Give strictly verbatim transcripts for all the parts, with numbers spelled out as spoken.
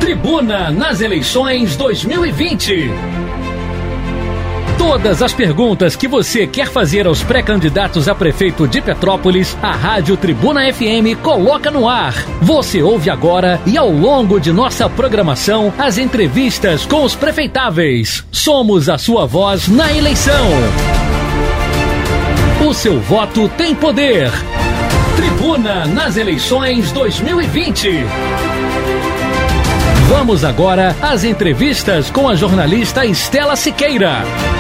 Tribuna nas eleições dois mil e vinte. Todas as perguntas que você quer fazer aos pré-candidatos a prefeito de Petrópolis, a Rádio Tribuna F M coloca no ar. Você ouve agora e ao longo de nossa programação as entrevistas com os prefeitáveis. Somos a sua voz na eleição. O seu voto tem poder. Tribuna nas eleições dois mil e vinte. Vamos agora às entrevistas com a jornalista Estela Siqueira.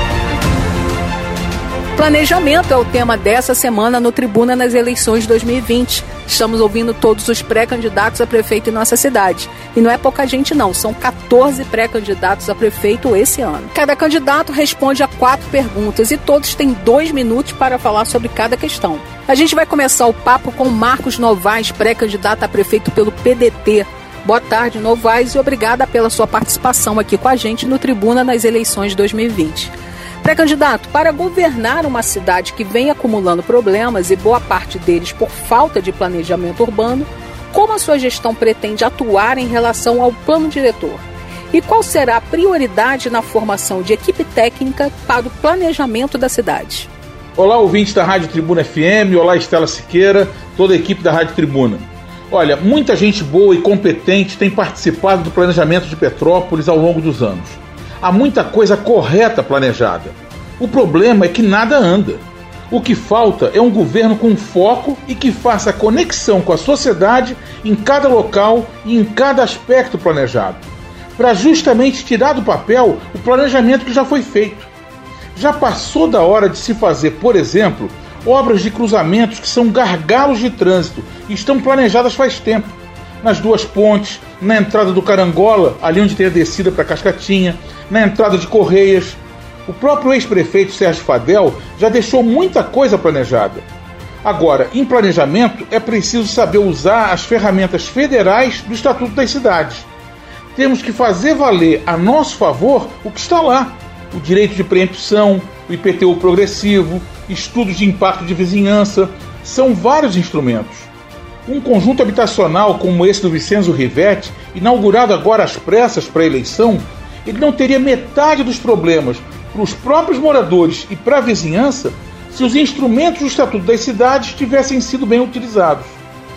Planejamento é o tema dessa semana no Tribuna nas eleições dois mil e vinte. Estamos ouvindo todos os pré-candidatos a prefeito em nossa cidade. E não é pouca gente não, são quatorze pré-candidatos a prefeito esse ano. Cada candidato responde a quatro perguntas e todos têm dois minutos para falar sobre cada questão. A gente vai começar o papo com Marcos Novaes, pré-candidato a prefeito pelo P D T. Boa tarde, Novaes, e obrigada pela sua participação aqui com a gente no Tribuna nas eleições dois mil e vinte. Pré-candidato, para governar uma cidade que vem acumulando problemas e boa parte deles por falta de planejamento urbano, como a sua gestão pretende atuar em relação ao plano diretor? E qual será a prioridade na formação de equipe técnica para o planejamento da cidade? Olá, ouvintes da Rádio Tribuna F M, olá Estela Siqueira, toda a equipe da Rádio Tribuna. Olha, muita gente boa e competente tem participado do planejamento de Petrópolis ao longo dos anos. Há muita coisa correta planejada. O problema é que nada anda. O que falta é um governo com foco e que faça conexão com a sociedade em cada local e em cada aspecto planejado, para justamente tirar do papel o planejamento que já foi feito. Já passou da hora de se fazer, por exemplo, obras de cruzamentos que são gargalos de trânsito e estão planejadas faz tempo. Nas duas pontes, na entrada do Carangola, ali onde tem a descida para Cascatinha, na entrada de Correias. O próprio ex-prefeito Sérgio Fadel já deixou muita coisa planejada. Agora, em planejamento, é preciso saber usar as ferramentas federais do Estatuto das Cidades. Temos que fazer valer a nosso favor o que está lá. O direito de preempção, o I P T U progressivo, estudos de impacto de vizinhança, são vários instrumentos. Um conjunto habitacional como esse do Vicenzo Rivetti, inaugurado agora às pressas para a eleição, ele não teria metade dos problemas para os próprios moradores e para a vizinhança se os instrumentos do Estatuto das Cidades tivessem sido bem utilizados.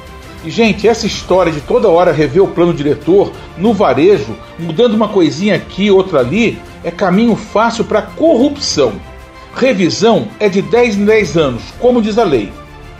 E, gente, essa história de toda hora rever o plano diretor no varejo, mudando uma coisinha aqui, outra ali, é caminho fácil para corrupção. Revisão é de dez em dez anos, como diz a lei.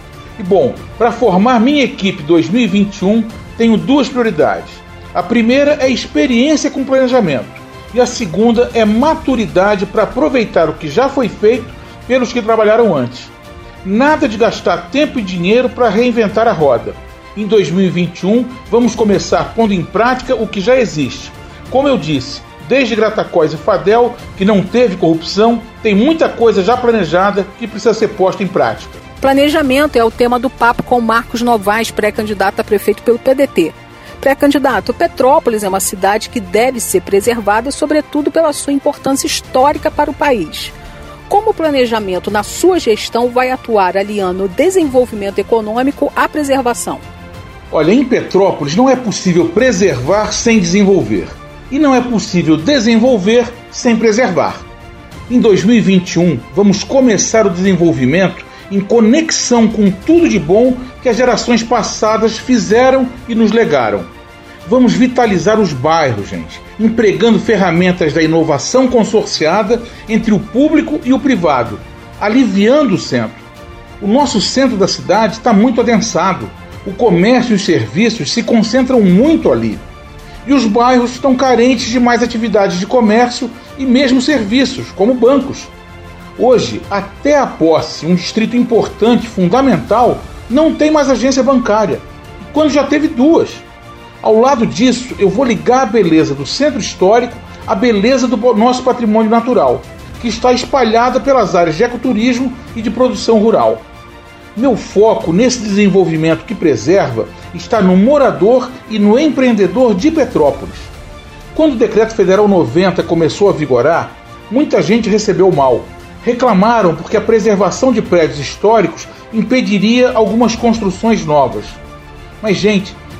E bom, para formar minha equipe dois mil e vinte e um, tenho duas prioridades. A primeira é experiência com planejamento e a segunda é maturidade para aproveitar o que já foi feito pelos que trabalharam antes. Nada de gastar tempo e dinheiro para reinventar a roda. Em dois mil e vinte e um, vamos começar pondo em prática o que já existe. Como eu disse, desde Gratacós e Fadel, que não teve corrupção, tem muita coisa já planejada que precisa ser posta em prática. Planejamento é o tema do papo com Marcos Novaes, pré-candidato a prefeito pelo P D T. Pré-candidato, Petrópolis é uma cidade que deve ser preservada, sobretudo pela sua importância histórica para o país. Como o planejamento na sua gestão vai atuar aliando o desenvolvimento econômico à preservação? Olha, em Petrópolis não é possível preservar sem desenvolver. E não é possível desenvolver sem preservar. Em dois mil e vinte e um, vamos começar o desenvolvimento em conexão com tudo de bom que as gerações passadas fizeram e nos legaram. Vamos vitalizar os bairros, gente, empregando ferramentas da inovação consorciada entre o público e o privado, aliviando o centro. O nosso centro da cidade está muito adensado. O comércio e os serviços se concentram muito ali. E os bairros estão carentes de mais atividades de comércio e mesmo serviços, como bancos. Hoje, até a posse, um distrito importante, fundamental, não tem mais agência bancária, quando já teve duas. Ao lado disso, eu vou ligar a beleza do centro histórico à beleza do nosso patrimônio natural, que está espalhada pelas áreas de ecoturismo e de produção rural. Meu foco nesse desenvolvimento que preserva está no morador e no empreendedor de Petrópolis. Quando o Decreto Federal noventa começou a vigorar, muita gente recebeu mal. Reclamaram porque a preservação de prédios históricos impediria algumas construções novas. Mas, gente,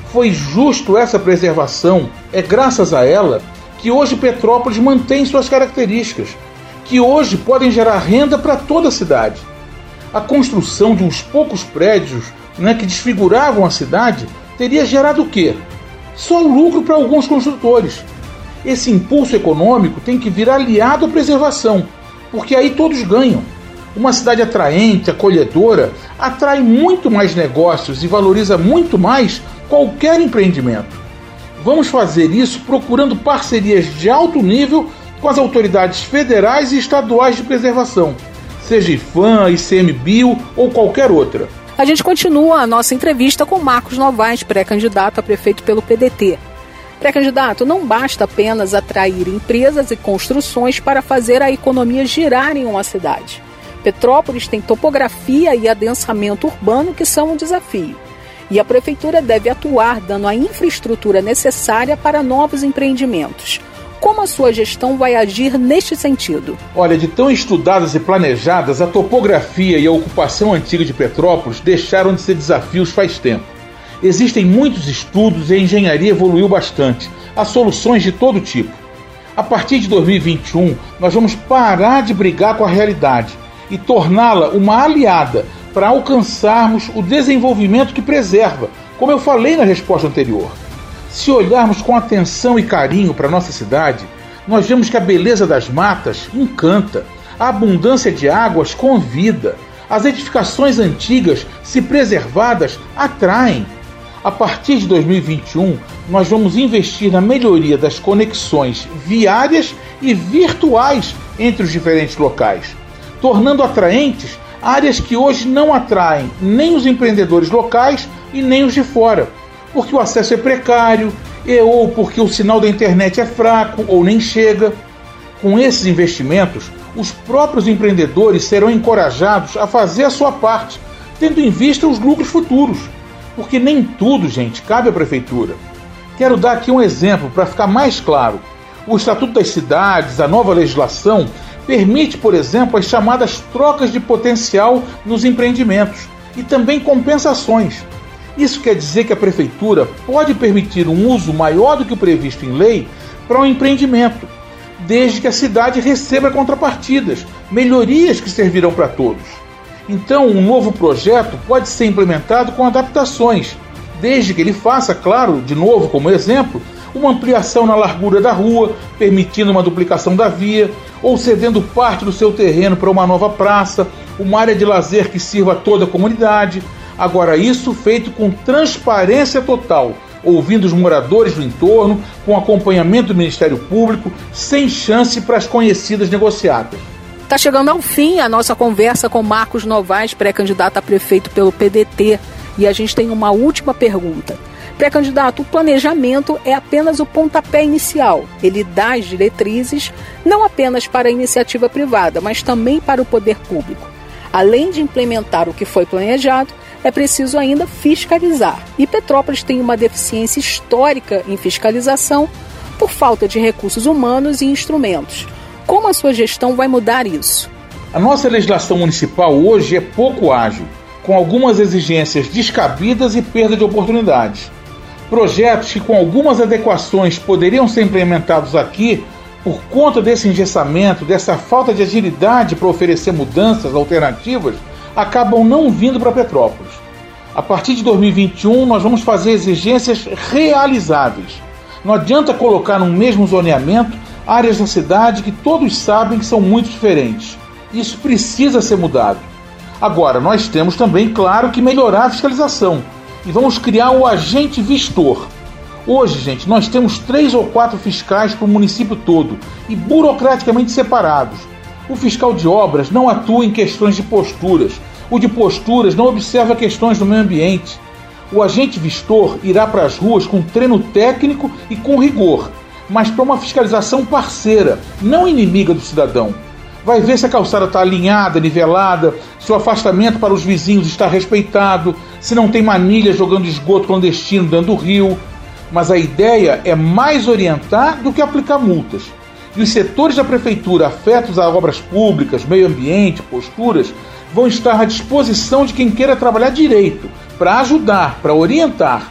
Foi justo essa preservação, é graças a ela que hoje Petrópolis mantém suas características, que hoje podem gerar renda para toda a cidade. A construção de uns poucos prédios, né, que desfiguravam a cidade teria gerado o quê? Só lucro para alguns construtores. Esse impulso econômico tem que vir aliado à preservação, porque aí todos ganham. Uma cidade atraente, acolhedora, atrai muito mais negócios e valoriza muito mais qualquer empreendimento. Vamos fazer isso procurando parcerias de alto nível com as autoridades federais e estaduais de preservação, seja IPHAN, ICMBio ou qualquer outra. A gente continua a nossa entrevista com Marcos Novaes, pré-candidato a prefeito pelo P D T. Pré-candidato, não basta apenas atrair empresas e construções para fazer a economia girar em uma cidade. Petrópolis tem topografia e adensamento urbano que são um desafio. E a prefeitura deve atuar dando a infraestrutura necessária para novos empreendimentos. Como a sua gestão vai agir neste sentido? Olha, de tão estudadas e planejadas, a topografia e a ocupação antiga de Petrópolis deixaram de ser desafios faz tempo. Existem muitos estudos e a engenharia evoluiu bastante. Há soluções de todo tipo. A partir de dois mil e vinte e um, nós vamos parar de brigar com a realidade e torná-la uma aliada para alcançarmos o desenvolvimento que preserva, como eu falei na resposta anterior. Se olharmos com atenção e carinho para a nossa cidade, nós vemos que a beleza das matas encanta, a abundância de águas convida, as edificações antigas, se preservadas, atraem. A partir de dois mil e vinte e um, nós vamos investir na melhoria das conexões viárias e virtuais entre os diferentes locais, tornando atraentes áreas que hoje não atraem nem os empreendedores locais e nem os de fora, porque o acesso é precário, e ou porque o sinal da internet é fraco ou nem chega. Com esses investimentos, os próprios empreendedores serão encorajados a fazer a sua parte, tendo em vista os lucros futuros, porque nem tudo, gente, cabe à prefeitura. Quero dar aqui um exemplo para ficar mais claro. O Estatuto das Cidades, a nova legislação, permite, por exemplo, as chamadas trocas de potencial nos empreendimentos e também compensações. Isso quer dizer que a prefeitura pode permitir um uso maior do que o previsto em lei para um empreendimento, desde que a cidade receba contrapartidas, melhorias que servirão para todos. Então, um novo projeto pode ser implementado com adaptações, desde que ele faça, claro, de novo como exemplo, uma ampliação na largura da rua, permitindo uma duplicação da via, ou cedendo parte do seu terreno para uma nova praça, uma área de lazer que sirva a toda a comunidade. Agora, isso feito com transparência total, ouvindo os moradores do entorno, com acompanhamento do Ministério Público, sem chance para as conhecidas negociadas. Está chegando ao fim a nossa conversa com Marcos Novaes, pré-candidato a prefeito pelo P D T. E a gente tem uma última pergunta. Pré-candidato, o planejamento é apenas o pontapé inicial. Ele dá as diretrizes não apenas para a iniciativa privada, mas também para o poder público. Além de implementar o que foi planejado, é preciso ainda fiscalizar. E Petrópolis tem uma deficiência histórica em fiscalização por falta de recursos humanos e instrumentos. Como a sua gestão vai mudar isso? A nossa legislação municipal hoje é pouco ágil, com algumas exigências descabidas e perda de oportunidades. Projetos que com algumas adequações poderiam ser implementados aqui, por conta desse engessamento, dessa falta de agilidade para oferecer mudanças alternativas, acabam não vindo para Petrópolis. A partir de dois mil e vinte e um, nós vamos fazer exigências realizáveis. Não adianta colocar no mesmo zoneamento áreas da cidade que todos sabem que são muito diferentes. Isso precisa ser mudado. Agora, nós temos também, claro, que melhorar a fiscalização. E vamos criar o agente vistor. Hoje, gente, nós temos três ou quatro fiscais para o município todo e burocraticamente separados. O fiscal de obras não atua em questões de posturas. O de posturas não observa questões do meio ambiente. O agente vistor irá para as ruas com treino técnico e com rigor, mas para uma fiscalização parceira, não inimiga do cidadão. Vai ver se a calçada está alinhada, nivelada, se o afastamento para os vizinhos está respeitado, se não tem manilha jogando esgoto clandestino dentro do rio. Mas a ideia é mais orientar do que aplicar multas. E os setores da prefeitura afetos a obras públicas, meio ambiente, posturas, vão estar à disposição de quem queira trabalhar direito, para ajudar, para orientar.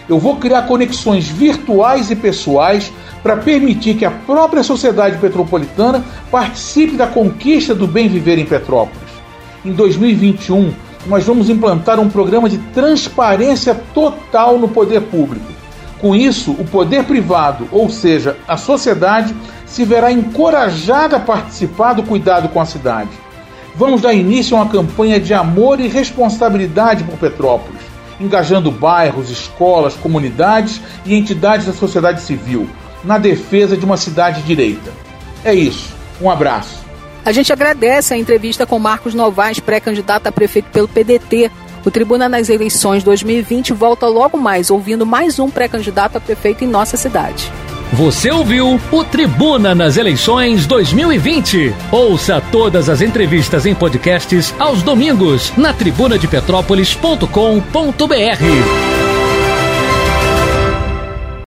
Eu vou criar conexões virtuais e pessoais para permitir que a própria sociedade petropolitana participe da conquista do bem viver em Petrópolis. Em dois mil e vinte e um, nós vamos implantar um programa de transparência total no poder público. Com isso, o poder privado, ou seja, a sociedade, se verá encorajada a participar do cuidado com a cidade. Vamos dar início a uma campanha de amor e responsabilidade por Petrópolis, engajando bairros, escolas, comunidades e entidades da sociedade civil, na defesa de uma cidade de direita. É isso. Um abraço. A gente agradece a entrevista com Marcos Novaes, pré-candidato a prefeito pelo P D T. O Tribuna nas Eleições dois mil e vinte volta logo mais, ouvindo mais um pré-candidato a prefeito em nossa cidade. Você ouviu o Tribuna nas Eleições dois mil e vinte. Ouça todas as entrevistas em podcasts aos domingos na tribuna de petrópolis ponto com ponto br.